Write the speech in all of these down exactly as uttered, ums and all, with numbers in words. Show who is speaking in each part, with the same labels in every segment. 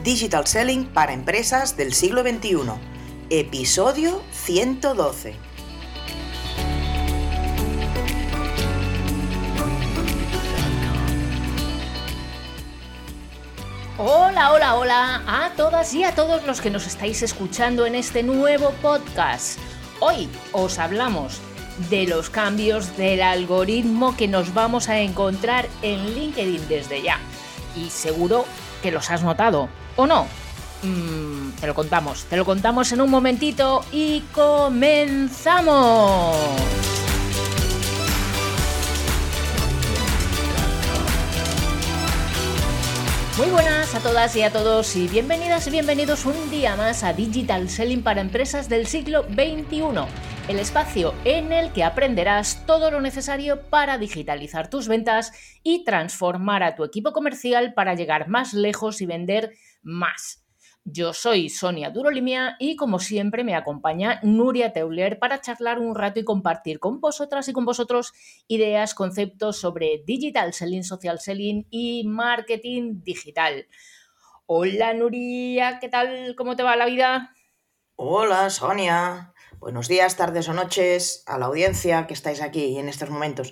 Speaker 1: Digital Selling para empresas del siglo veintiuno, episodio ciento doce.
Speaker 2: Hola, hola, hola a todas y a todos los que nos estáis escuchando en este nuevo podcast. Hoy os hablamos de los cambios del algoritmo que nos vamos a encontrar en LinkedIn desde ya. Y seguro que los has notado, ¿o no? Mm, te lo contamos, te lo contamos en un momentito y comenzamos. Muy buenas a todas y a todos y bienvenidas y bienvenidos un día más a Digital Selling para empresas del siglo veintiuno, el espacio en el que aprenderás todo lo necesario para digitalizar tus ventas y transformar a tu equipo comercial para llegar más lejos y vender más. Yo soy Sonia Durolimia y como siempre me acompaña Nuria Teuler para charlar un rato y compartir con vosotras y con vosotros ideas, conceptos sobre digital selling, social selling y marketing digital. Hola Nuria, ¿qué tal? ¿Cómo te va la vida?
Speaker 1: Hola Sonia, buenos días, tardes o noches a la audiencia que estáis aquí en estos momentos.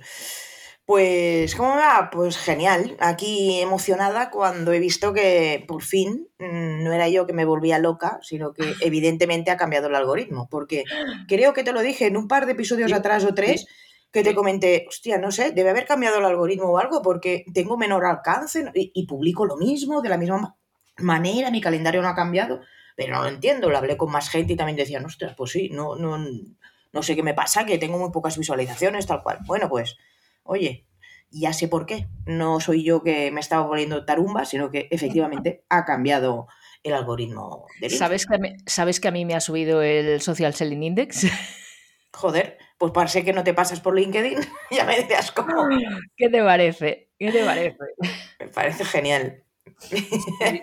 Speaker 1: Pues, ¿cómo me va? Pues genial, aquí emocionada cuando he visto que por fin mmm, no era yo que me volvía loca, sino que evidentemente ha cambiado el algoritmo, porque creo que te lo dije en un par de episodios
Speaker 2: Sí,
Speaker 1: atrás o tres,
Speaker 2: sí,
Speaker 1: que te
Speaker 2: sí.
Speaker 1: comenté, hostia, no sé, debe haber cambiado el algoritmo o algo, porque tengo menor alcance y, y publico lo mismo, de la misma ma- manera, mi calendario no ha cambiado, pero no lo entiendo, lo hablé con más gente y también decían, ostras, pues sí, no, no, no sé qué me pasa, que tengo muy pocas visualizaciones, tal cual. Bueno, pues... Oye, ya sé por qué. No soy yo que me estaba volviendo tarumba, sino que efectivamente ha cambiado el algoritmo de
Speaker 2: ¿Sabes
Speaker 1: LinkedIn.
Speaker 2: que, a mí, ¿Sabes que a mí me ha subido el Social Selling Index?
Speaker 1: Joder, pues parece que no te pasas por LinkedIn, ya me dirás cómo.
Speaker 2: ¿Qué te parece? ¿Qué te parece?
Speaker 1: Me parece genial.
Speaker 2: Sí.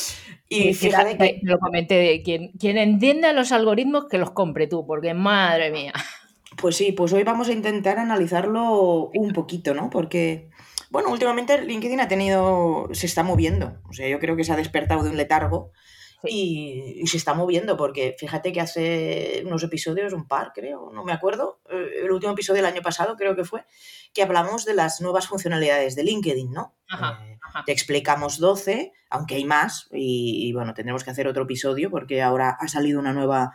Speaker 1: Y
Speaker 2: Que, que
Speaker 1: fíjate
Speaker 2: te, te
Speaker 1: que,
Speaker 2: lo comenté, quien, quien entienda los algoritmos que los compre tú, porque madre mía.
Speaker 1: pues sí, pues hoy vamos a intentar analizarlo un poquito, ¿no? Porque, bueno, últimamente LinkedIn ha tenido, se está moviendo. O sea, yo creo que se ha despertado de un letargo.
Speaker 2: Sí.
Speaker 1: Y, y se está moviendo, porque fíjate que hace unos episodios, un par creo, no me acuerdo, eh, el último episodio del año pasado creo que fue, que hablamos de las nuevas funcionalidades de LinkedIn, ¿no?
Speaker 2: Ajá,
Speaker 1: Eh, te
Speaker 2: ajá.
Speaker 1: explicamos doce, aunque hay más, y, y bueno, tendremos que hacer otro episodio porque ahora ha salido una nueva,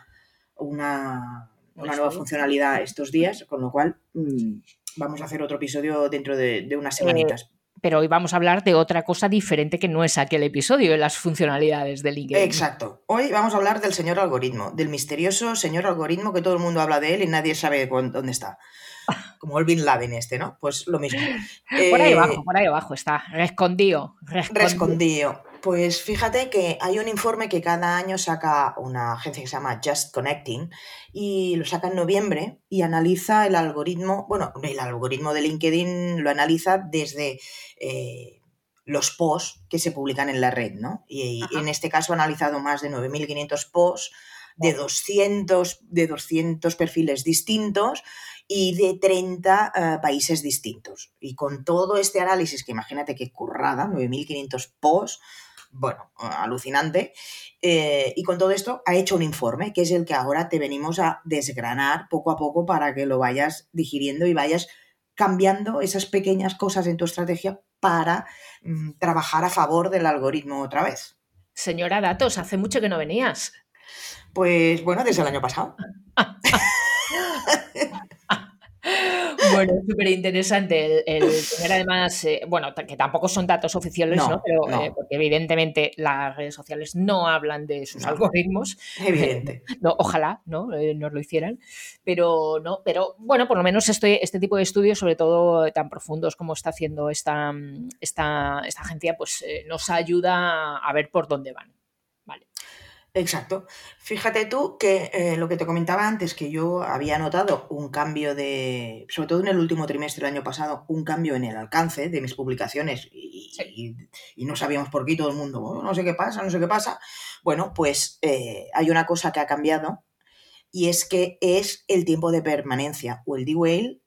Speaker 1: una,
Speaker 2: Una
Speaker 1: una nueva
Speaker 2: historia.
Speaker 1: funcionalidad estos días, con lo cual mmm, vamos a hacer otro episodio dentro de, de unas
Speaker 2: Eh,
Speaker 1: semanitas.
Speaker 2: pero hoy vamos a hablar de otra cosa diferente que no es aquel episodio de las funcionalidades de LinkedIn.
Speaker 1: Exacto. Hoy vamos a hablar del señor algoritmo, del misterioso señor algoritmo que todo el mundo habla de él y nadie sabe cu- dónde está. Como el Bin Laden este, ¿no? Pues lo mismo.
Speaker 2: Por ahí abajo,
Speaker 1: Eh,
Speaker 2: por ahí abajo está, escondido, escondido.
Speaker 1: Rescondido. Pues fíjate que hay un informe que cada año saca una agencia que se llama Just Connecting y lo saca en noviembre y analiza el algoritmo, bueno, el algoritmo de LinkedIn lo analiza desde eh, los posts que se publican en la red, ¿no? Y, y en
Speaker 2: Ajá.
Speaker 1: este caso ha analizado más de nueve mil quinientos posts de
Speaker 2: Wow.
Speaker 1: doscientos, de doscientos perfiles distintos y de treinta uh, países distintos. Y con todo este análisis, que imagínate qué currada, nueve mil quinientos posts, bueno, uh, alucinante, eh, y con todo esto ha hecho un informe, que es el que ahora te venimos a desgranar poco a poco para que lo vayas digiriendo y vayas cambiando esas pequeñas cosas en tu estrategia para mm, trabajar a favor del algoritmo otra vez.
Speaker 2: Señora Datos, hace mucho que no venías.
Speaker 1: Pues bueno, desde el año pasado.
Speaker 2: Bueno, súper interesante el, el tener además, eh, bueno, t- que tampoco son datos oficiales, ¿no?
Speaker 1: No,
Speaker 2: Pero eh,
Speaker 1: no,
Speaker 2: porque evidentemente las redes sociales no hablan de sus
Speaker 1: no,
Speaker 2: algoritmos,
Speaker 1: evidente.
Speaker 2: no, ojalá, ¿no? Eh, nos lo hicieran, pero no, pero bueno, por lo menos este, este tipo de estudios, sobre todo tan profundos como está haciendo esta, mm, esta, esta agencia, pues eh, nos ayuda a ver por dónde van. Vale.
Speaker 1: Exacto. Fíjate tú que eh, lo que te comentaba antes, que yo había notado un cambio de, sobre todo en el último trimestre del año pasado, un cambio en el alcance de mis publicaciones
Speaker 2: Sí.
Speaker 1: y, y- y no sabíamos por qué y todo el mundo, "Oh, no sé qué pasa, no sé qué pasa". Bueno, pues eh, hay una cosa que ha cambiado y es que es el tiempo de permanencia o el D Whale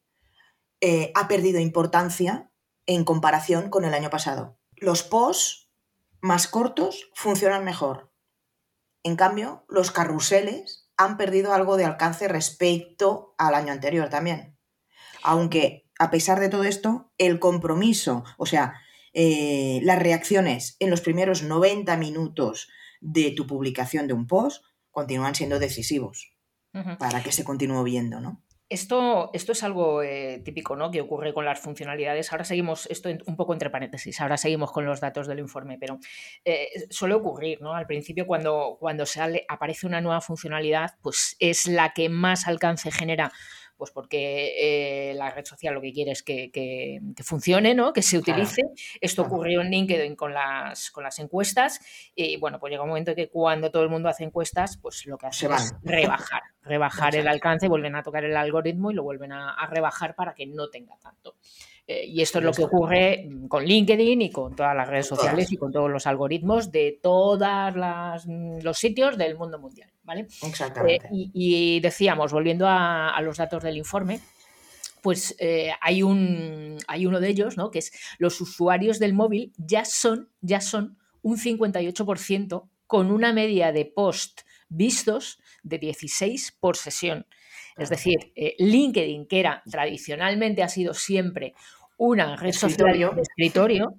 Speaker 1: eh, ha perdido importancia en comparación con el año pasado. Los posts más cortos funcionan mejor. En cambio, los carruseles han perdido algo de alcance respecto al año anterior también. Aunque, a pesar de todo esto, el compromiso, o sea, eh, las reacciones en los primeros noventa minutos de tu publicación de un post continúan siendo decisivos uh-huh. para que se continúe viendo, ¿no?
Speaker 2: Esto, esto es algo eh, típico, ¿no? Que ocurre con las funcionalidades. Ahora seguimos, esto un poco entre paréntesis, ahora seguimos con los datos del informe, pero eh, suele ocurrir, ¿no? Al principio, cuando, cuando sale, aparece una nueva funcionalidad, pues es la que más alcance genera, pues porque eh, la red social lo que quiere es que, que, que funcione, ¿no? Que se utilice. Claro, Esto claro. ocurrió en LinkedIn con las, con las encuestas y, bueno, pues llega un momento que cuando todo el mundo hace encuestas, pues lo que hace es rebajar, rebajar el alcance, vuelven a tocar el algoritmo y lo vuelven a, a rebajar para que no tenga tanto. Eh, y esto es lo que ocurre con LinkedIn y con todas las redes sociales y con todos los algoritmos de todos los sitios del mundo mundial, ¿vale?
Speaker 1: Exactamente.
Speaker 2: Eh, y, y decíamos, volviendo a, a los datos del informe, pues eh, hay, un, hay uno de ellos, ¿no? Que es los usuarios del móvil ya son, ya son un cincuenta y ocho por ciento con una media de post vistos de dieciséis por sesión. Es decir, eh, LinkedIn, que era tradicionalmente, ha sido siempre una red
Speaker 1: escritorio.
Speaker 2: social de escritorio,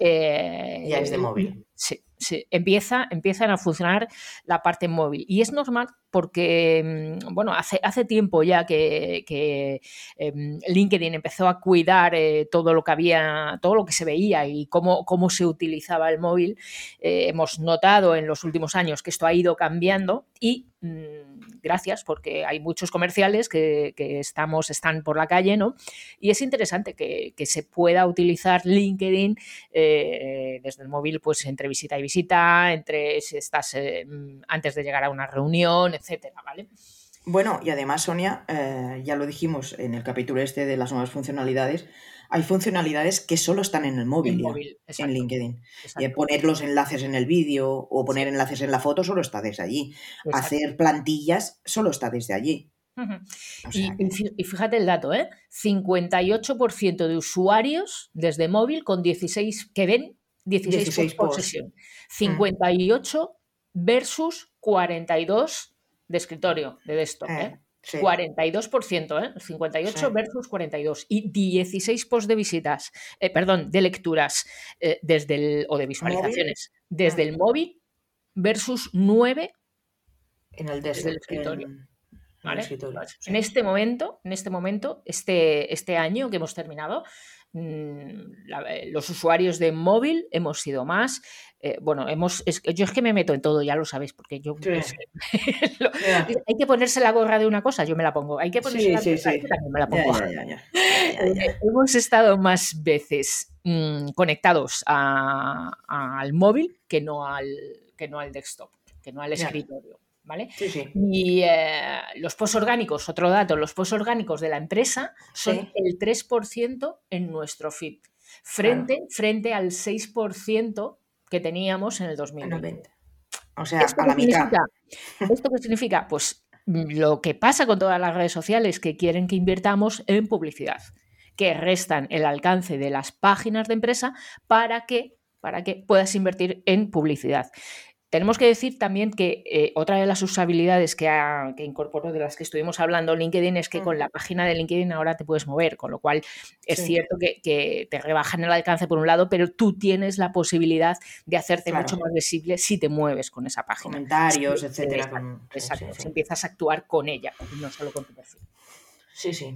Speaker 2: eh,
Speaker 1: ya es de móvil.
Speaker 2: Sí, sí. Empieza, empiezan a funcionar la parte móvil. Y es normal porque, bueno, hace, hace tiempo ya que, que eh, LinkedIn empezó a cuidar eh, todo lo que había, todo lo que se veía y cómo, cómo se utilizaba el móvil. Eh, hemos notado en los últimos años que esto ha ido cambiando y mmm, gracias, porque hay muchos comerciales que, que estamos, están por la calle, ¿no? Y es interesante que, que se pueda utilizar LinkedIn eh, desde el móvil, pues entre visita y visita, entre si estás eh, antes de llegar a una reunión, etcétera, ¿vale?
Speaker 1: Bueno, y además, Sonia, eh, ya lo dijimos en el capítulo este de las nuevas funcionalidades, hay funcionalidades que solo están en el móvil,
Speaker 2: En
Speaker 1: ya,
Speaker 2: móvil, exacto,
Speaker 1: en LinkedIn.
Speaker 2: exacto.
Speaker 1: Eh, poner los enlaces en el vídeo o poner
Speaker 2: Sí.
Speaker 1: enlaces en la foto solo está desde allí.
Speaker 2: Exacto.
Speaker 1: Hacer plantillas solo está desde allí.
Speaker 2: Uh-huh.
Speaker 1: O sea
Speaker 2: Y,
Speaker 1: que-
Speaker 2: y fíjate el dato, ¿eh? cincuenta y ocho por ciento de usuarios desde móvil con dieciséis que ven dieciséis,
Speaker 1: dieciséis
Speaker 2: por
Speaker 1: posts.
Speaker 2: sesión. cincuenta y ocho versus cuarenta y dos de escritorio, de desktop, ¿eh?
Speaker 1: Eh, sí.
Speaker 2: cuarenta y dos por ciento, ¿eh? cincuenta y ocho
Speaker 1: Sí.
Speaker 2: versus cuarenta y dos. Y dieciséis posts de visitas, eh, perdón, de lecturas eh, desde el, o de visualizaciones desde
Speaker 1: Ah.
Speaker 2: el móvil versus nueve
Speaker 1: En el
Speaker 2: desde el
Speaker 1: desktop.
Speaker 2: escritorio.
Speaker 1: En, en
Speaker 2: ¿Vale?
Speaker 1: el escritorio.
Speaker 2: Pues,
Speaker 1: Sí.
Speaker 2: en este momento, en este momento, este, este año que hemos terminado, mmm, la, los usuarios de móvil hemos sido más. Eh, bueno, hemos, es, yo es que me meto en todo, ya lo sabéis, porque yo
Speaker 1: Sí.
Speaker 2: es que, lo,
Speaker 1: Yeah.
Speaker 2: hay que ponerse la gorra de una cosa, yo me la pongo. Hay que ponerse
Speaker 1: Sí,
Speaker 2: la
Speaker 1: sí,
Speaker 2: gorra,
Speaker 1: sí.
Speaker 2: yo también me la pongo.
Speaker 1: Ya, ya, ya, ya. Ya, ya, ya.
Speaker 2: Eh, hemos estado más veces mmm, conectados a, a, al móvil que no al, que no al desktop, que no al
Speaker 1: Ya.
Speaker 2: escritorio. ¿Vale?
Speaker 1: Sí, sí.
Speaker 2: Y eh, los posts orgánicos, otro dato, los posts orgánicos de la empresa son
Speaker 1: Sí.
Speaker 2: el tres por ciento en nuestro feed, frente,
Speaker 1: Claro.
Speaker 2: frente al seis por ciento que teníamos en el dos mil veinte.
Speaker 1: veinte. O sea,
Speaker 2: ¿Esto
Speaker 1: a
Speaker 2: qué
Speaker 1: la mitad.
Speaker 2: significa? ¿Esto qué significa? Pues lo que pasa con todas las redes sociales que quieren que invirtamos en publicidad, que restan el alcance de las páginas de empresa para que, para que puedas invertir en publicidad. Tenemos que decir también que eh, otra de las usabilidades que, ha, que incorporó, de las que estuvimos hablando LinkedIn, es que
Speaker 1: Mm.
Speaker 2: con la página de LinkedIn ahora te puedes mover, con lo cual es
Speaker 1: Sí.
Speaker 2: cierto que, que te rebajan el alcance por un lado, pero tú tienes la posibilidad de hacerte
Speaker 1: Claro.
Speaker 2: mucho más visible si te mueves con esa página.
Speaker 1: Comentarios,
Speaker 2: Sí,
Speaker 1: etcétera.
Speaker 2: Exacto,
Speaker 1: con- sí,
Speaker 2: exacto.
Speaker 1: sí,
Speaker 2: Si
Speaker 1: sí.
Speaker 2: empiezas a actuar con ella, no solo con tu perfil.
Speaker 1: Sí, sí.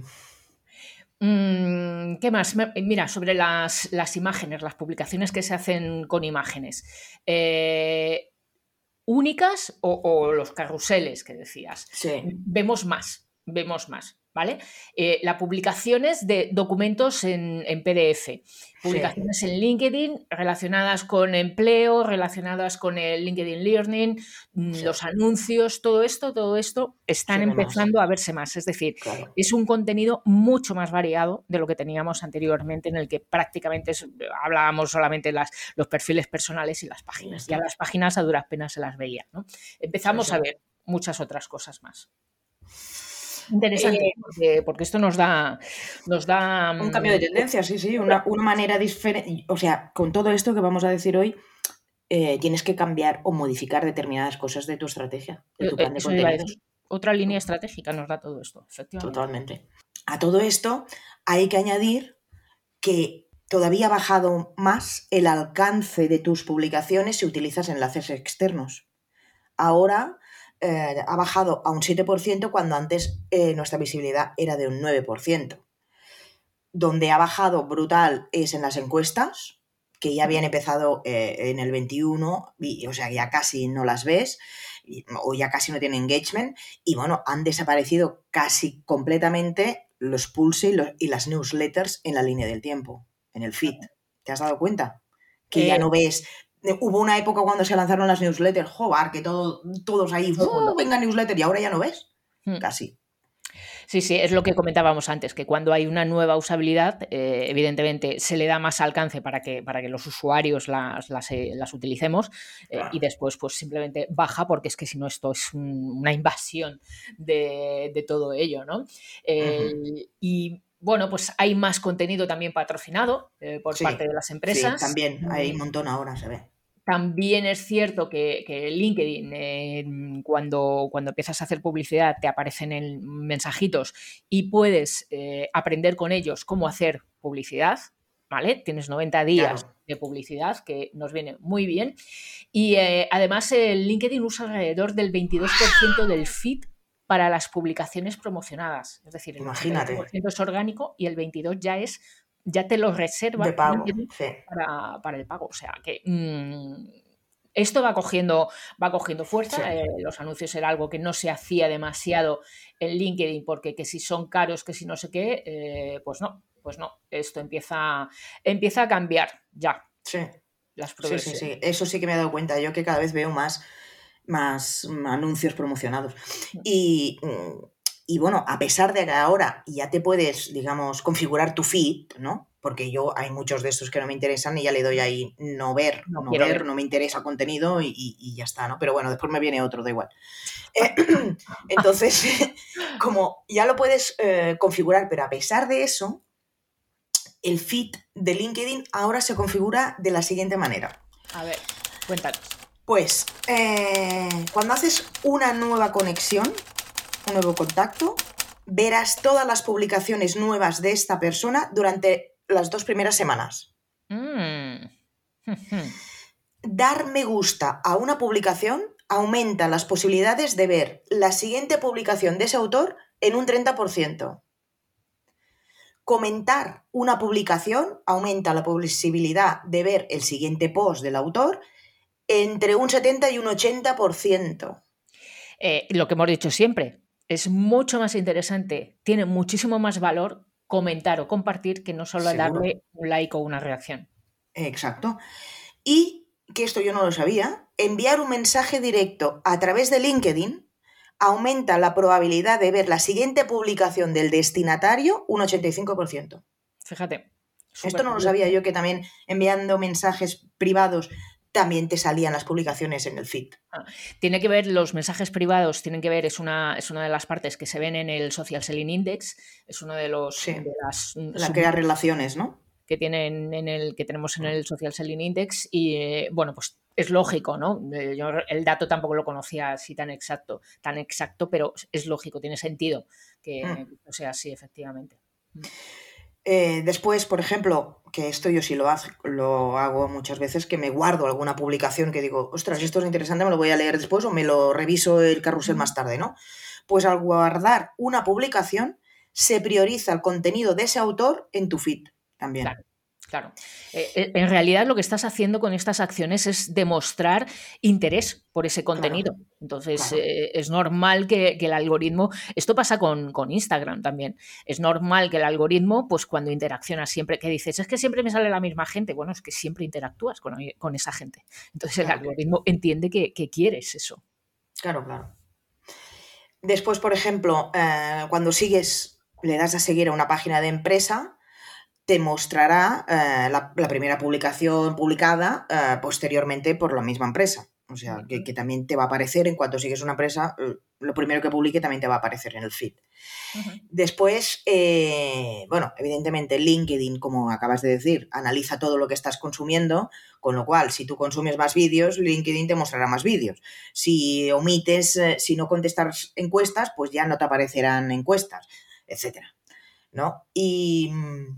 Speaker 2: Mm, ¿Qué más? Me- Mira, sobre las, las imágenes, las publicaciones que se hacen con imágenes. Eh, únicas o, o los carruseles que decías.
Speaker 1: Sí.
Speaker 2: Vemos más, vemos más, ¿vale? Eh, las publicaciones de documentos en, en P D F, publicaciones en LinkedIn relacionadas con empleo, relacionadas con el LinkedIn Learning,
Speaker 1: Sí.
Speaker 2: los anuncios, todo esto, todo esto están
Speaker 1: Se ve más.
Speaker 2: empezando a verse más. Es decir,
Speaker 1: Claro.
Speaker 2: es un contenido mucho más variado de lo que teníamos anteriormente, en el que prácticamente es- hablábamos solamente las, los perfiles personales y las páginas.
Speaker 1: Ya
Speaker 2: Ya
Speaker 1: está.
Speaker 2: las páginas a duras penas se las veía, ¿no? Empezamos
Speaker 1: Sí, sí.
Speaker 2: a ver muchas otras cosas más. Interesante, eh, porque, porque esto nos da, nos da...
Speaker 1: Un cambio de tendencia, sí, sí. Una, una manera diferente. O sea, con todo esto que vamos a decir hoy, eh, tienes que cambiar o modificar determinadas cosas de tu estrategia, de tu plan de
Speaker 2: Eso iba a
Speaker 1: contenidos.
Speaker 2: decir. Otra línea estratégica nos da todo esto, efectivamente.
Speaker 1: Totalmente. A todo esto hay que añadir que todavía ha bajado más el alcance de tus publicaciones si utilizas enlaces externos. Ahora eh, ha bajado a un siete por ciento cuando antes eh, nuestra visibilidad era de un nueve por ciento. Donde ha bajado brutal es en las encuestas, que ya habían empezado eh, en el veintiuno, y, o sea, ya casi no las ves, y, o ya casi no tienen engagement, y bueno, han desaparecido casi completamente los pulse y, los, y las newsletters en la línea del tiempo, en el feed. ¿Te has dado cuenta? Que eh, ya no ves... Hubo una época cuando se lanzaron las newsletters, joder, que todo, todos ahí, ¡oh, venga newsletter! Y ahora ya no ves, hmm. casi.
Speaker 2: Sí, sí, es lo que comentábamos antes, que cuando hay una nueva usabilidad, eh, evidentemente se le da más alcance para que, para que los usuarios las, las, eh, las utilicemos eh, claro. Y después pues simplemente baja porque es que si no esto es un, una invasión de, de todo ello, ¿no? Eh, uh-huh. Y bueno, pues hay más contenido también patrocinado eh, por sí, parte de las empresas.
Speaker 1: Sí, también hay un montón ahora, se ve.
Speaker 2: También es cierto que, que LinkedIn, eh, cuando, cuando empiezas a hacer publicidad, te aparecen en mensajitos y puedes eh, aprender con ellos cómo hacer publicidad, ¿vale? Tienes noventa días claro. de publicidad, que nos viene muy bien. Y eh, además, el LinkedIn usa alrededor del veintidós por ciento del feed para las publicaciones promocionadas. Es decir, el
Speaker 1: Imagínate.
Speaker 2: ochenta por ciento es orgánico y el veintidós por ciento ya es... ya te lo reserva
Speaker 1: de pago, sí.
Speaker 2: para, para el pago. O sea que mmm, esto va cogiendo, va cogiendo fuerza. Sí. Eh, los anuncios era algo que no se hacía demasiado en LinkedIn porque que si son caros, que si no sé qué, eh, pues no, pues no. Esto empieza, empieza a cambiar ya.
Speaker 1: Sí.
Speaker 2: Las
Speaker 1: sí, sí, sí. Eso sí que me he dado cuenta. Yo que cada vez veo más, más anuncios promocionados. Y... Y bueno, a pesar de que ahora ya te puedes, digamos, configurar tu feed, ¿no? Porque yo hay muchos de estos que no me interesan y ya le doy ahí no ver, no, no ver, ver, no me interesa contenido y, y, y ya está, ¿no? Pero bueno, después me viene otro, da igual. Eh, entonces, como ya lo puedes eh, configurar, pero a pesar de eso, el feed de LinkedIn ahora se configura de la siguiente manera.
Speaker 2: A ver, cuéntanos.
Speaker 1: Pues, eh, cuando haces una nueva conexión, un nuevo contacto, verás todas las publicaciones nuevas de esta persona durante las dos primeras semanas.
Speaker 2: Mm.
Speaker 1: Dar me gusta a una publicación aumenta las posibilidades de ver la siguiente publicación de ese autor en un treinta por ciento. Comentar una publicación aumenta la posibilidad de ver el siguiente post del autor entre un setenta y un ochenta por ciento.
Speaker 2: Eh, lo que hemos dicho siempre. Es mucho más interesante, tiene muchísimo más valor comentar o compartir que no solo ¿Seguro? Darle un like o una reacción.
Speaker 1: Exacto. Y, que esto yo no lo sabía, enviar un mensaje directo a través de LinkedIn aumenta la probabilidad de ver la siguiente publicación del destinatario un ochenta y cinco por ciento.
Speaker 2: Fíjate.
Speaker 1: Esto no lo sabía yo, que también enviando mensajes privados también te salían las publicaciones en el feed.
Speaker 2: Ah, tiene que ver, los mensajes privados tienen que ver, es una, es una de las partes que se ven en el Social Selling Index, es uno de los...
Speaker 1: Sí,
Speaker 2: de las,
Speaker 1: la que da relaciones, ¿no?
Speaker 2: Que, tienen en el, que tenemos en el Social Selling Index y, eh, bueno, pues es lógico, ¿no? Yo el dato tampoco lo conocía así tan exacto, tan exacto, pero es lógico, tiene sentido que mm. o sea así, efectivamente.
Speaker 1: Eh, después, por ejemplo, que esto yo sí lo hago, lo hago muchas veces, que me guardo alguna publicación que digo, ostras, esto es interesante, me lo voy a leer después o me lo reviso el carrusel más tarde, ¿no? Pues al guardar una publicación, se prioriza el contenido de ese autor en tu feed también.
Speaker 2: Claro. Claro. Eh, en realidad lo que estás haciendo con estas acciones es demostrar interés por ese contenido. Claro. Entonces claro. eh, es normal que, que el algoritmo, esto pasa con, con Instagram también, es normal que el algoritmo, pues cuando interaccionas siempre, que dices, es que siempre me sale la misma gente, bueno, es que siempre interactúas con, con esa gente. Entonces claro. el algoritmo entiende que, que quieres eso.
Speaker 1: Claro, claro. Después, por ejemplo, eh, cuando sigues, le das a seguir a una página de empresa, te mostrará eh, la, la primera publicación publicada eh, posteriormente por la misma empresa. O sea, que, que también te va a aparecer en cuanto sigues una empresa, lo primero que publique también te va a aparecer en el feed. Uh-huh. Después, eh, bueno, evidentemente LinkedIn, como acabas de decir, analiza todo lo que estás consumiendo, con lo cual, si tú consumes más vídeos, LinkedIn te mostrará más vídeos. Si omites, eh, si no contestas encuestas, pues ya no te aparecerán encuestas, etcétera, ¿no? Y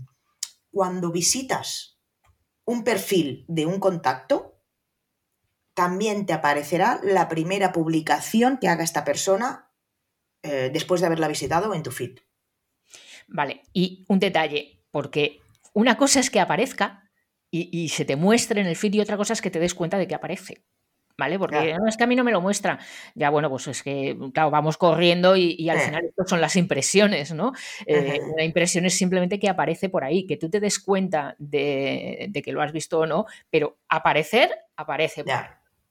Speaker 1: cuando visitas un perfil de un contacto, también te aparecerá la primera publicación que haga esta persona eh, después de haberla visitado en tu feed.
Speaker 2: Vale, y un detalle, porque una cosa es que aparezca y, y se te muestre en el feed y otra cosa es que te des cuenta de que aparece, ¿vale? Porque claro. No, es que a mí no me lo muestra. Ya, bueno, pues es que, claro, vamos corriendo y, y al eh. final esto son las impresiones, ¿no? Eh, uh-huh. Una impresión es simplemente que aparece por ahí, que tú te des cuenta de, de que lo has visto o no, pero aparecer, aparece por ahí.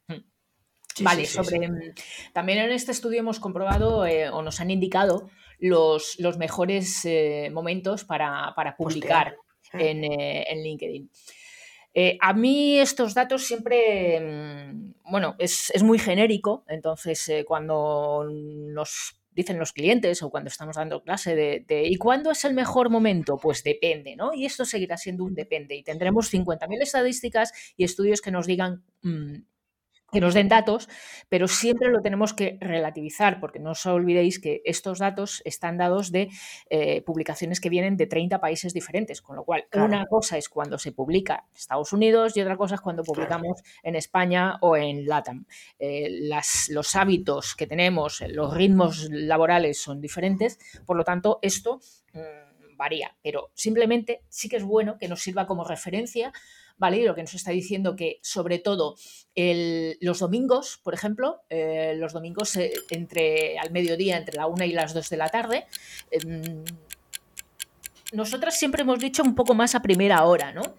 Speaker 2: Sí, vale, sí, sí, sobre sí. También en este estudio hemos comprobado eh, o nos han indicado los, los mejores eh, momentos para, para publicar en, eh, en LinkedIn. Eh, a mí estos datos siempre, bueno, es, es muy genérico, entonces eh, cuando nos dicen los clientes o cuando estamos dando clase de, de ¿y cuándo es el mejor momento? Pues depende, ¿no? Y esto seguirá siendo un depende y tendremos cincuenta mil estadísticas y estudios que nos digan mmm, que nos den datos, pero siempre lo tenemos que relativizar, porque no os olvidéis que estos datos están dados de eh, publicaciones que vienen de treinta países diferentes, con lo cual claro. Una cosa es cuando se publica en Estados Unidos y otra cosa es cuando publicamos claro. En España o en LATAM. Eh, las, los hábitos que tenemos, los ritmos laborales son diferentes, por lo tanto, esto mmm, varía, pero simplemente sí que es bueno que nos sirva como referencia. ¿Vale? Y lo que nos está diciendo que, sobre todo, el, los domingos, por ejemplo, eh, los domingos eh, entre al mediodía, entre la una y las dos de la tarde, eh, nosotras siempre hemos dicho un poco más a primera hora, ¿no?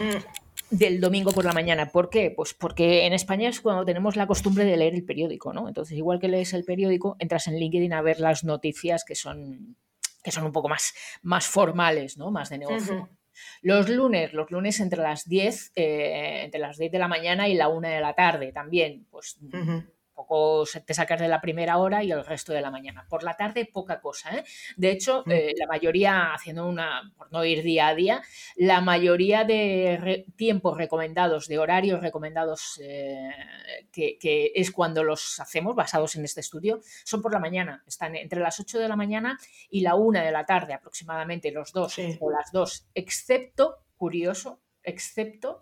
Speaker 2: Del domingo por la mañana. ¿Por qué? Pues porque en España es cuando tenemos la costumbre de leer el periódico, ¿no? Entonces, igual que lees el periódico, entras en LinkedIn a ver las noticias que son, que son un poco más, más formales, ¿no? Más de negocio. Uh-huh. Los lunes, los lunes entre las diez, eh, entre las diez de la mañana y la una de la tarde también, pues uh-huh. Un poco te sacas de la primera hora y el resto de la mañana. Por la tarde, poca cosa, ¿eh? De hecho, uh-huh. eh, la mayoría, haciendo una, por no ir día a día, la mayoría de re- tiempos recomendados, de horarios recomendados, eh, que, que es cuando los hacemos, basados en este estudio, son por la mañana. Están entre las ocho de la mañana y la una de la tarde, aproximadamente los dos sí. O las dos, excepto, curioso, excepto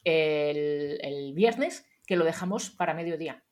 Speaker 2: el, el viernes, que lo dejamos para mediodía.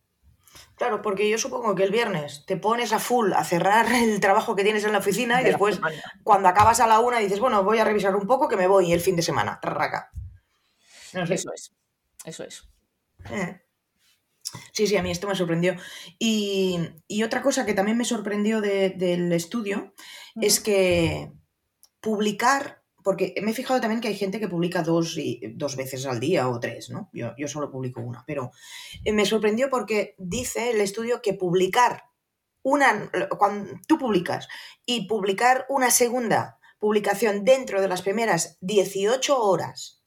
Speaker 1: Claro, porque yo supongo que el viernes te pones a full a cerrar el trabajo que tienes en la oficina y de después, cuando acabas a la una, dices, bueno, voy a revisar un poco que me voy el fin de semana. Traca.
Speaker 2: No sé. Eso es, eso es.
Speaker 1: Eh. Sí, sí, a mí esto me sorprendió. Y, y otra cosa que también me sorprendió de, del estudio uh-huh. es que publicar, porque me he fijado también que hay gente que publica dos, y, dos veces al día o tres, ¿no? Yo, yo solo publico una, pero me sorprendió porque dice el estudio que publicar una, cuando tú publicas y publicar una segunda publicación dentro de las primeras dieciocho horas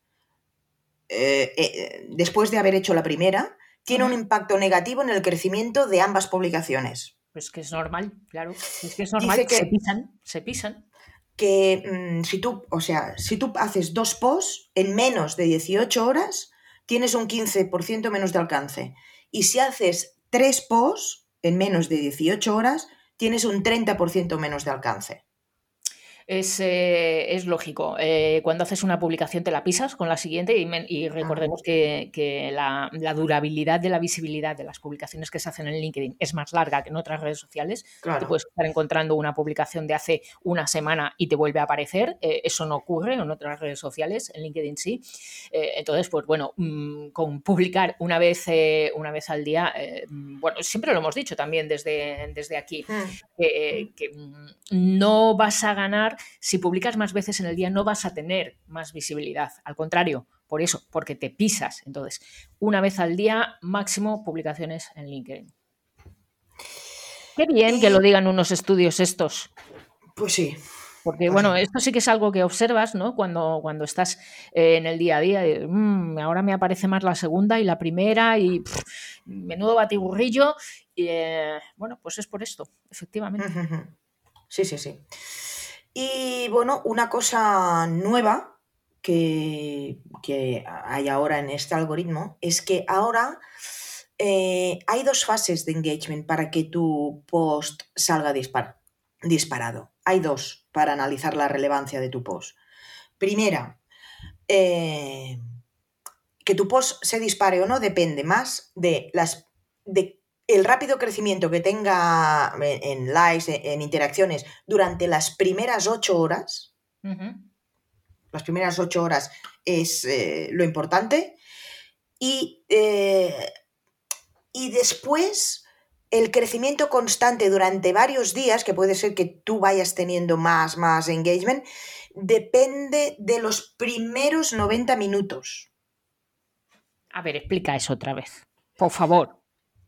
Speaker 1: eh, eh, después de haber hecho la primera, tiene uh-huh. un impacto negativo en el crecimiento de ambas publicaciones.
Speaker 2: Pues que es normal, claro. Es que es normal, dice que se pisan, se pisan.
Speaker 1: Que mmm, si tú, o sea, si tú haces dos posts en menos de dieciocho horas, tienes un quince por ciento menos de alcance. Y si haces tres posts en menos de dieciocho horas, tienes un treinta por ciento menos de alcance.
Speaker 2: Es, eh, es lógico. Eh, cuando haces una publicación te la pisas con la siguiente y, me, y recordemos que, que la, la durabilidad de la visibilidad de las publicaciones que se hacen en LinkedIn es más larga que en otras redes sociales. Claro. Te puedes estar encontrando una publicación de hace una semana y te vuelve a aparecer. Eh, eso no ocurre en otras redes sociales, en LinkedIn sí. Eh, entonces, pues bueno, mmm, con publicar una vez, eh, una vez al día, eh, bueno, siempre lo hemos dicho también desde, desde aquí, mm. eh, que mmm, no vas a ganar. Si publicas más veces en el día no vas a tener más visibilidad, al contrario, por eso, porque te pisas. Entonces, una vez al día, máximo publicaciones en LinkedIn. Qué bien y... que lo digan unos estudios estos.
Speaker 1: Pues sí,
Speaker 2: Porque,
Speaker 1: Pues
Speaker 2: bueno,
Speaker 1: sí.
Speaker 2: esto sí que es algo que observas, ¿no? Cuando, cuando estás eh, en el día a día, de, mmm, ahora me aparece más la segunda y la primera y pff, menudo batiburrillo. Y, eh, bueno, pues es por esto, efectivamente.
Speaker 1: Sí, sí, sí. Y bueno, una cosa nueva que, que hay ahora en este algoritmo es que ahora eh, hay dos fases de engagement para que tu post salga dispar- disparado. Hay dos para analizar la relevancia de tu post. Primera, eh, que tu post se dispare o no depende más de las de el rápido crecimiento que tenga en, en likes, en interacciones durante las primeras ocho horas.
Speaker 2: Uh-huh.
Speaker 1: Las primeras ocho horas es eh, lo importante. Y, eh, y después el crecimiento constante durante varios días, que puede ser que tú vayas teniendo más, más engagement, depende de los primeros noventa minutos.
Speaker 2: A ver, explica eso otra vez, por favor.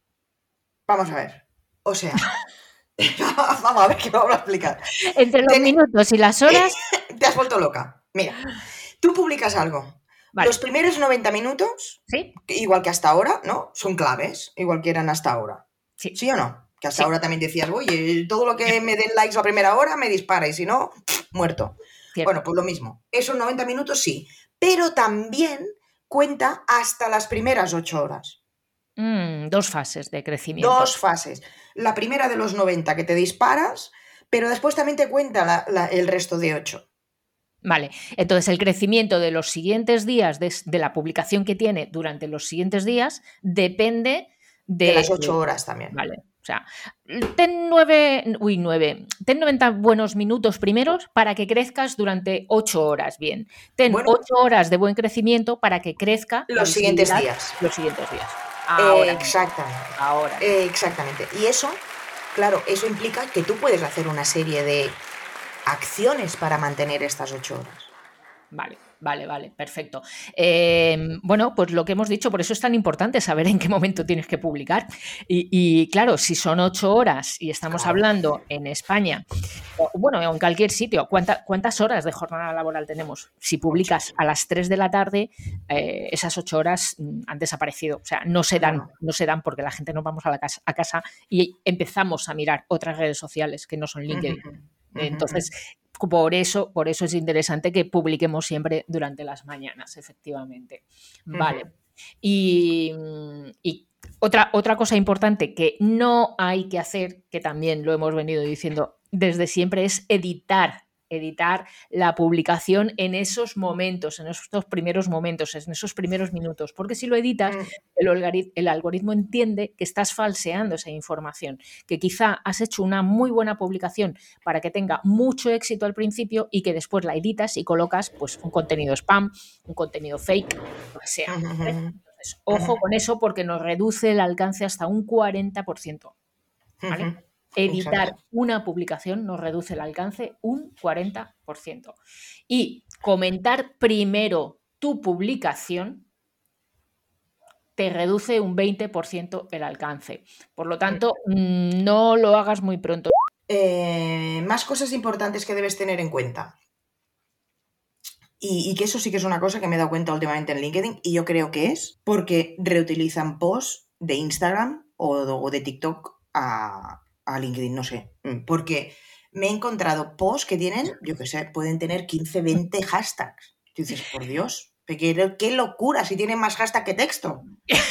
Speaker 1: Vamos a ver. O sea, vamos a ver qué vamos a explicar.
Speaker 2: Entre los
Speaker 1: Ten...
Speaker 2: minutos y las horas...
Speaker 1: Te has vuelto loca. Mira, tú publicas algo.
Speaker 2: Vale.
Speaker 1: Los primeros noventa minutos,
Speaker 2: ¿sí?
Speaker 1: igual que hasta ahora, ¿no? Son claves, igual que eran hasta ahora.
Speaker 2: Sí.
Speaker 1: ¿Sí o no? Que hasta
Speaker 2: sí.
Speaker 1: ahora también decías, oye, todo lo que me den likes a primera hora me dispara y si no, muerto. Cierto. Bueno, pues lo mismo. Esos noventa minutos sí. Pero también cuenta hasta las primeras ocho horas.
Speaker 2: Mm, dos fases de crecimiento.
Speaker 1: Dos fases. La primera de los noventa que te disparas, pero después también te cuenta la, la, el resto de ocho.
Speaker 2: Vale, entonces el crecimiento de los siguientes días, de, de la publicación que tiene durante los siguientes días, depende de...
Speaker 1: De las ocho horas también.
Speaker 2: Vale, o sea, ten nueve, uy, nueve, ten noventa buenos minutos primeros para que crezcas durante ocho horas bien. Ten bueno, ocho horas de buen crecimiento para que crezca
Speaker 1: los siguientes días.
Speaker 2: Los siguientes días.
Speaker 1: Ahora, exactamente.
Speaker 2: Ahora.
Speaker 1: Exactamente. Y eso, claro, eso implica que tú puedes hacer una serie de acciones para mantener estas ocho horas.
Speaker 2: Vale, vale, vale, perfecto. Eh, bueno, pues lo que hemos dicho, por eso es tan importante saber en qué momento tienes que publicar. Y, y claro, si son ocho horas y estamos claro. hablando en España, o, bueno, en cualquier sitio, ¿cuánta, ¿cuántas horas de jornada laboral tenemos? Si publicas ocho. A las tres de la tarde, eh, esas ocho horas han desaparecido. O sea, no se dan, claro. no se dan porque la gente nos vamos a, la casa, a casa y empezamos a mirar otras redes sociales que no son LinkedIn. Uh-huh. Entonces, por eso, por eso es interesante que publiquemos siempre durante las mañanas, efectivamente. Vale. Uh-huh. Y, y otra, otra cosa importante que no hay que hacer, que también lo hemos venido diciendo desde siempre, es editar. editar la publicación en esos momentos, en esos primeros momentos, en esos primeros minutos, porque si lo editas, mm. el, algoritmo, el algoritmo entiende que estás falseando esa información, que quizá has hecho una muy buena publicación para que tenga mucho éxito al principio y que después la editas y colocas pues, un contenido spam, un contenido fake, lo que sea. ¿eh? Entonces, ojo con eso porque nos reduce el alcance hasta un cuarenta por ciento. ¿Vale? Uh-huh. Editar Exacto. Una publicación nos reduce el alcance un cuarenta por ciento. Y comentar primero tu publicación te reduce un veinte por ciento el alcance. Por lo tanto, no lo hagas muy pronto.
Speaker 1: Eh, más cosas importantes que debes tener en cuenta. Y, y que eso sí que es una cosa que me he dado cuenta últimamente en LinkedIn y yo creo que es porque reutilizan posts de Instagram o, o de TikTok a... a LinkedIn, no sé, porque me he encontrado posts que tienen, yo qué sé, pueden tener quince, veinte hashtags. Tú dices, por Dios, qué, qué locura si tienen más hashtag que texto.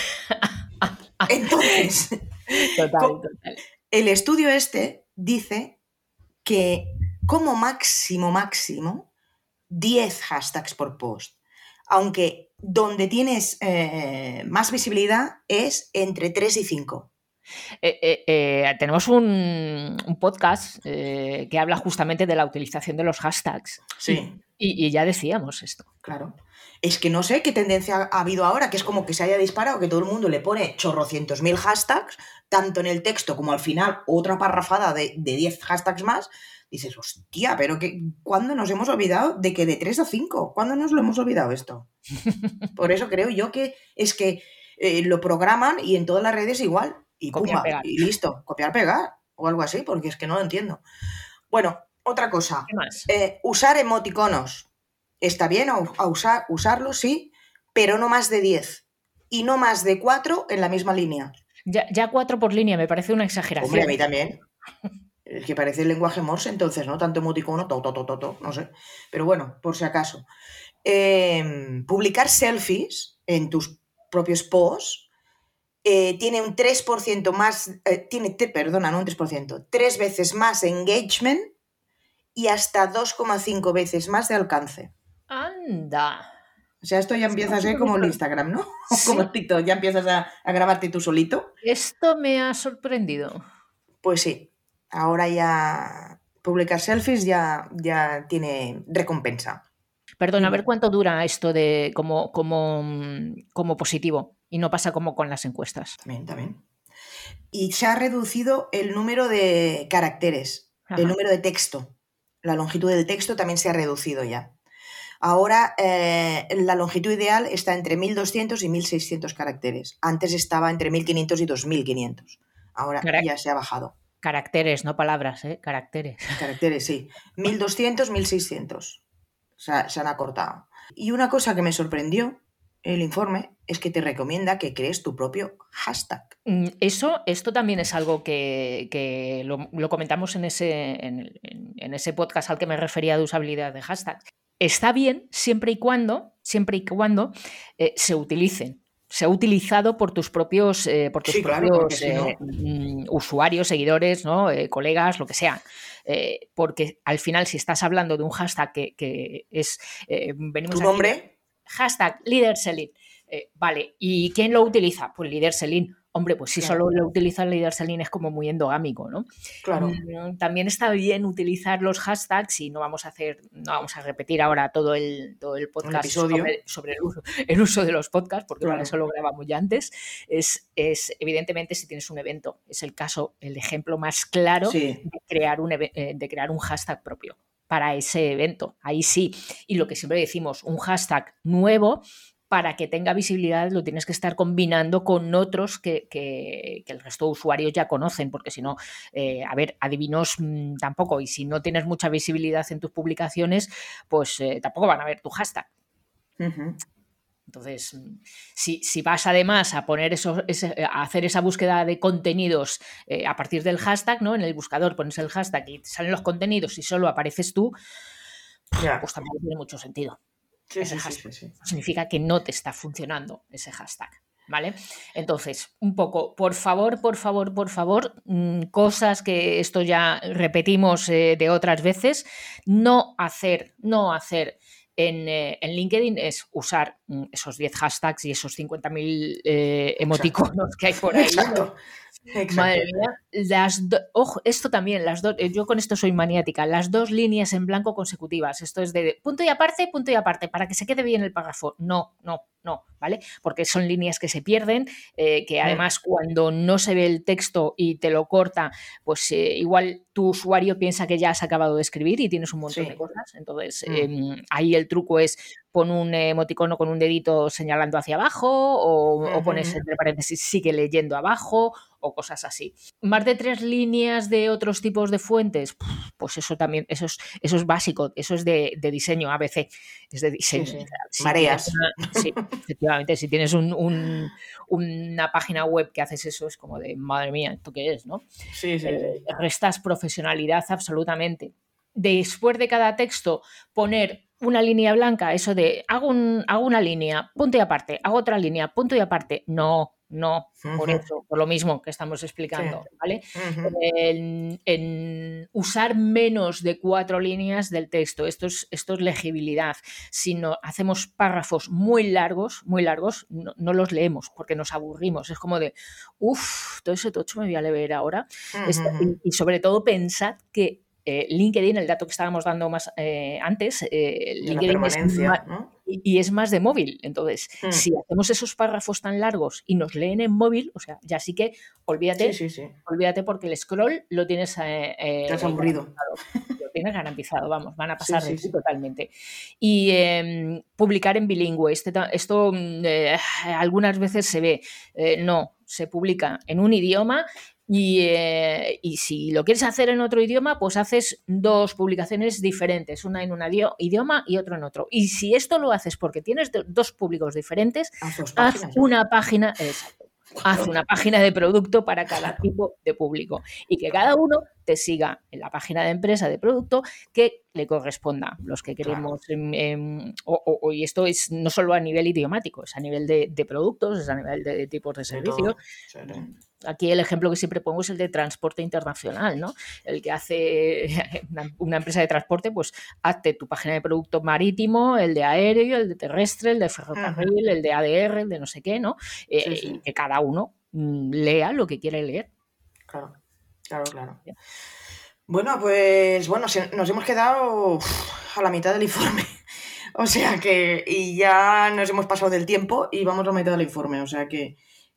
Speaker 1: Entonces,
Speaker 2: total, total.
Speaker 1: El estudio este dice que como máximo, máximo, diez hashtags por post. Aunque donde tienes eh, más visibilidad es entre tres y cinco.
Speaker 2: Eh, eh, eh, tenemos un, un podcast eh, que habla justamente de la utilización de los hashtags.
Speaker 1: Sí.
Speaker 2: Y, y ya decíamos esto.
Speaker 1: Claro. Es que no sé qué tendencia ha habido ahora, que es como que se haya disparado, que todo el mundo le pone chorrocientos mil hashtags, tanto en el texto como al final otra parrafada de, de diez hashtags más. Dices, hostia, pero que, ¿cuándo nos hemos olvidado de que de tres a cinco? ¿Cuándo nos lo hemos olvidado esto? Por eso creo yo que es que eh, lo programan y en todas las redes igual. Y
Speaker 2: copiar,
Speaker 1: pumba,
Speaker 2: pegar.
Speaker 1: Y listo, copiar, pegar o algo así, porque es que no lo entiendo. Bueno, Otra cosa,
Speaker 2: ¿Qué más?
Speaker 1: eh, usar emoticonos. Está bien a, a usar, usarlos, sí, pero no más de diez. Y no más de cuatro en la misma línea.
Speaker 2: Ya, ya cuatro por línea me parece una exageración.
Speaker 1: Hombre, a mí también. Es que parece el lenguaje Morse, entonces, ¿no? Tanto emoticono, to, to, to, to, to, no sé. Pero bueno, por si acaso. Eh, publicar selfies en tus propios posts eh, tiene un tres por ciento más, eh, tiene, te, perdona, no un tres por ciento, tres veces más engagement y hasta dos coma cinco veces más de alcance.
Speaker 2: ¡Anda!
Speaker 1: O sea, esto ya empieza a ser como el Instagram, ¿no?
Speaker 2: Sí.
Speaker 1: Como el TikTok, ya empiezas a, a grabarte tú solito.
Speaker 2: Esto me ha sorprendido.
Speaker 1: Pues sí, ahora ya publicar selfies ya, ya tiene recompensa.
Speaker 2: Perdón, a
Speaker 1: Dime.
Speaker 2: ver cuánto dura esto de como, como, como positivo y no pasa como con las encuestas.
Speaker 1: También, también. Y se ha reducido el número de caracteres,
Speaker 2: Ajá.
Speaker 1: el número de texto. La longitud del texto también se ha reducido ya. Ahora eh, la longitud ideal está entre mil doscientos y mil seiscientos caracteres. Antes estaba entre mil quinientos y dos mil quinientos. Ahora
Speaker 2: Cara-
Speaker 1: ya se ha bajado.
Speaker 2: Caracteres, no palabras, ¿eh? Caracteres.
Speaker 1: Caracteres, sí. mil doscientos, mil seiscientos. O sea, se han acortado. Y una cosa que me sorprendió, el informe, es que te recomienda que crees tu propio hashtag.
Speaker 2: Eso, esto también es algo que, que lo, lo comentamos en ese, en, en ese podcast al que me refería de usabilidad de hashtags. Está bien siempre y cuando, siempre y cuando eh, se utilicen. Se ha utilizado por tus propios, eh, por tus
Speaker 1: Sí, claro,
Speaker 2: propios
Speaker 1: porque si no...
Speaker 2: eh, mm, usuarios, seguidores, ¿no? eh, colegas, lo que sea. Eh, porque al final, si estás hablando de un hashtag que, que es... Eh, venimos
Speaker 1: ¿Tu
Speaker 2: aquí,
Speaker 1: nombre?
Speaker 2: hashtag Leader Selling. Eh, vale, ¿y quién lo utiliza? Pues Leader Selling. Hombre, pues si
Speaker 1: Claro.
Speaker 2: solo lo utiliza el Leader Selling es como muy endogámico, ¿no?
Speaker 1: Claro.
Speaker 2: Mm, también está bien utilizar los hashtags y no vamos a hacer, no vamos a repetir ahora todo el, todo el podcast
Speaker 1: el
Speaker 2: sobre, sobre el, uso, el uso de los podcasts, porque
Speaker 1: claro.
Speaker 2: para eso lo grabamos ya antes. Es, es evidentemente si tienes un evento, es el caso, el ejemplo más claro
Speaker 1: sí.
Speaker 2: de, crear un, de crear un hashtag propio para ese evento. Ahí sí. Y lo que siempre decimos, un hashtag nuevo, para que tenga visibilidad lo tienes que estar combinando con otros que, que, que el resto de usuarios ya conocen, porque si no, eh, a ver, adivinos mmm, tampoco, y si no tienes mucha visibilidad en tus publicaciones, pues eh, tampoco van a ver tu hashtag.
Speaker 1: Uh-huh.
Speaker 2: Entonces, si, si vas además a poner eso, ese, a hacer esa búsqueda de contenidos eh, a partir del hashtag, ¿no? En el buscador pones el hashtag y salen los contenidos y solo apareces tú, yeah. pues tampoco tiene mucho sentido.
Speaker 1: Sí,
Speaker 2: ese
Speaker 1: sí,
Speaker 2: hashtag.
Speaker 1: Sí, sí, sí.
Speaker 2: Significa que no te está funcionando ese hashtag, ¿vale? Entonces, un poco, por favor, por favor, por favor, mmm, cosas que esto ya repetimos eh, de otras veces, no hacer, no hacer en, eh, en LinkedIn es usar mmm, esos diez hashtags y esos cincuenta mil eh, emoticonos que hay por ahí.
Speaker 1: Exacto. Exacto.
Speaker 2: Madre mía, las do- ojo, esto también, las dos, yo con esto soy maniática, las dos líneas en blanco consecutivas, esto es de punto y aparte, punto y aparte, para que se quede bien el párrafo. No, no, no, ¿vale? Porque son líneas que se pierden, eh, que además mm. cuando no se ve el texto y te lo corta, pues eh, igual tu usuario piensa que ya has acabado de escribir y tienes un montón sí. de cosas, entonces mm. eh, ahí el truco es pon un emoticono con un dedito señalando hacia abajo o, uh-huh. o pones entre paréntesis sigue leyendo abajo o cosas así. Más de tres líneas de otros tipos de fuentes, pues eso también, eso es, eso es básico, eso es de, de diseño A B C, es de diseño.
Speaker 1: Sí, sí.
Speaker 2: Si
Speaker 1: Mareas.
Speaker 2: Una, sí, efectivamente, si tienes un, un, una página web que haces eso, es como de, madre mía, ¿esto qué es? ¿no?
Speaker 1: Sí, sí,
Speaker 2: eh,
Speaker 1: sí.
Speaker 2: Restas profesionalidad absolutamente. Después de cada texto, poner una línea blanca, eso de hago, un, hago una línea, punto y aparte, hago otra línea, punto y aparte, no, no, uh-huh. por eso, por lo mismo que estamos explicando, sí. ¿vale? Uh-huh. En, en usar menos de cuatro líneas del texto, esto es, esto es legibilidad. Si no hacemos párrafos muy largos, muy largos, no, no los leemos porque nos aburrimos, es como de, uff, todo ese tocho me voy a leer ahora. Uh-huh. Esto, y, y sobre todo pensad que Eh, LinkedIn, el dato que estábamos dando más eh, antes, eh, LinkedIn es más,
Speaker 1: ¿no?
Speaker 2: y, y es más de móvil. Entonces, mm. si hacemos esos párrafos tan largos y nos leen en móvil, o sea, ya sí que olvídate,
Speaker 1: sí, sí, sí.
Speaker 2: olvídate porque el scroll lo tienes eh,
Speaker 1: Te has aburrido.
Speaker 2: Lo tienes garantizado, vamos, van a pasar
Speaker 1: sí,
Speaker 2: de
Speaker 1: sí,
Speaker 2: ti
Speaker 1: sí.
Speaker 2: totalmente. Y eh, publicar en bilingüe, este, esto eh, algunas veces se ve, eh, no, se publica en un idioma. Y, eh, y si lo quieres hacer en otro idioma, pues haces dos publicaciones diferentes, una en un idioma y otra en otro. Y si esto lo haces porque tienes dos públicos diferentes,
Speaker 1: haz, dos
Speaker 2: haz
Speaker 1: páginas,
Speaker 2: una página, exacto, haz una página de producto para cada tipo de público y que cada uno te siga en la página de empresa de producto que le corresponda. Los que queremos, claro. eh, eh, o, o, y esto es no solo a nivel idiomático, es a nivel de, de productos, es a nivel de, de tipos de servicios. Aquí el ejemplo que siempre pongo es el de transporte internacional, ¿no? El que hace una, una empresa de transporte, pues hazte tu página de producto marítimo, el de aéreo, el de terrestre, el de ferrocarril, uh-huh. el de A D R, el de no sé qué, ¿no? Eh, sí, sí. Y que cada uno mm, lea lo que quiere leer.
Speaker 1: Claro, claro, claro. Bueno, pues bueno, nos hemos quedado a la mitad del informe. O sea que, y ya nos hemos pasado del tiempo y vamos a la mitad del informe. O sea que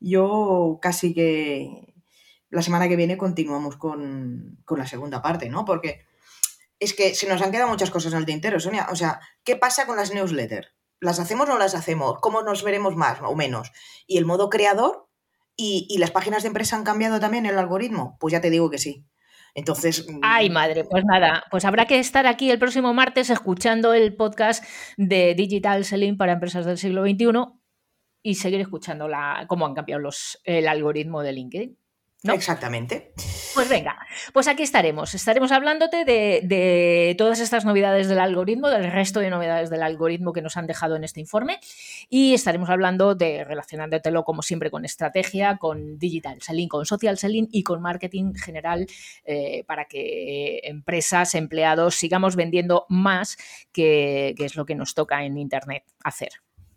Speaker 1: yo casi que la semana que viene continuamos con, con la segunda parte, ¿no? Porque es que se nos han quedado muchas cosas en el tintero, Sonia. O sea, ¿qué pasa con las newsletters? ¿Las hacemos o no las hacemos? ¿Cómo nos veremos más o menos? ¿Y el modo creador? ¿Y, y las páginas de empresa han cambiado también el algoritmo? Pues ya te digo que sí. Entonces...
Speaker 2: Ay, madre, pues nada, pues habrá que estar aquí el próximo martes escuchando el podcast de Digital Selling para empresas del siglo veintiuno y seguir escuchando la, cómo han cambiado los, el algoritmo de LinkedIn, ¿no?
Speaker 1: Exactamente.
Speaker 2: Pues venga, pues aquí estaremos. Estaremos hablándote de, de todas estas novedades del algoritmo, del resto de novedades del algoritmo que nos han dejado en este informe y estaremos hablando de relacionándotelo como siempre con estrategia, con digital selling, con social selling y con marketing general eh, para que empresas, empleados sigamos vendiendo más, que, que es lo que nos toca en Internet hacer.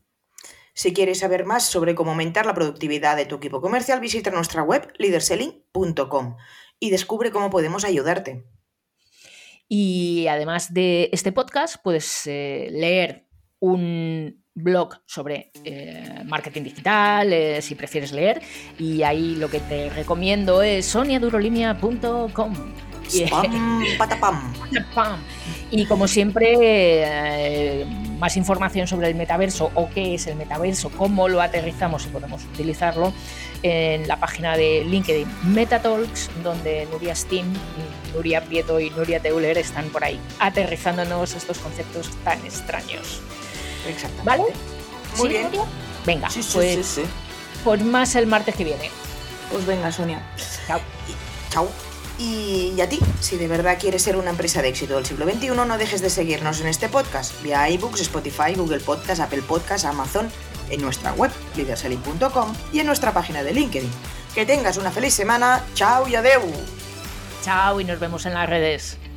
Speaker 1: Si quieres saber más sobre cómo aumentar la productividad de tu equipo comercial, visita nuestra web leader selling punto com y descubre cómo podemos ayudarte.
Speaker 2: Y además de este podcast, puedes eh, leer un blog sobre eh, marketing digital, eh, si prefieres leer, y ahí lo que te recomiendo es sonia durolimia punto com.
Speaker 1: Spam, patapam.
Speaker 2: Y como siempre, eh, más información sobre el metaverso o qué es el metaverso, cómo lo aterrizamos y podemos utilizarlo en la página de LinkedIn Metatalks, donde Nuria Steam, Nuria Prieto y Nuria Teuler están por ahí aterrizándonos estos conceptos tan extraños.
Speaker 1: Exactamente.
Speaker 2: ¿Vale?
Speaker 1: Muy
Speaker 2: ¿Sí,
Speaker 1: bien.
Speaker 2: Nuria? Venga,
Speaker 1: sí, sí,
Speaker 2: pues,
Speaker 1: sí, sí.
Speaker 2: pues más el martes que viene.
Speaker 1: Pues venga, Sonia.
Speaker 2: Chao.
Speaker 1: Y, chao. Y a ti, si de verdad quieres ser una empresa de éxito del siglo veintiuno, no dejes de seguirnos en este podcast vía iBooks, Spotify, Google Podcast, Apple Podcast, Amazon, en nuestra web leader selling punto com y en nuestra página de LinkedIn. Que tengas una feliz semana. Chao y adeu.
Speaker 2: Chao y nos vemos en las redes.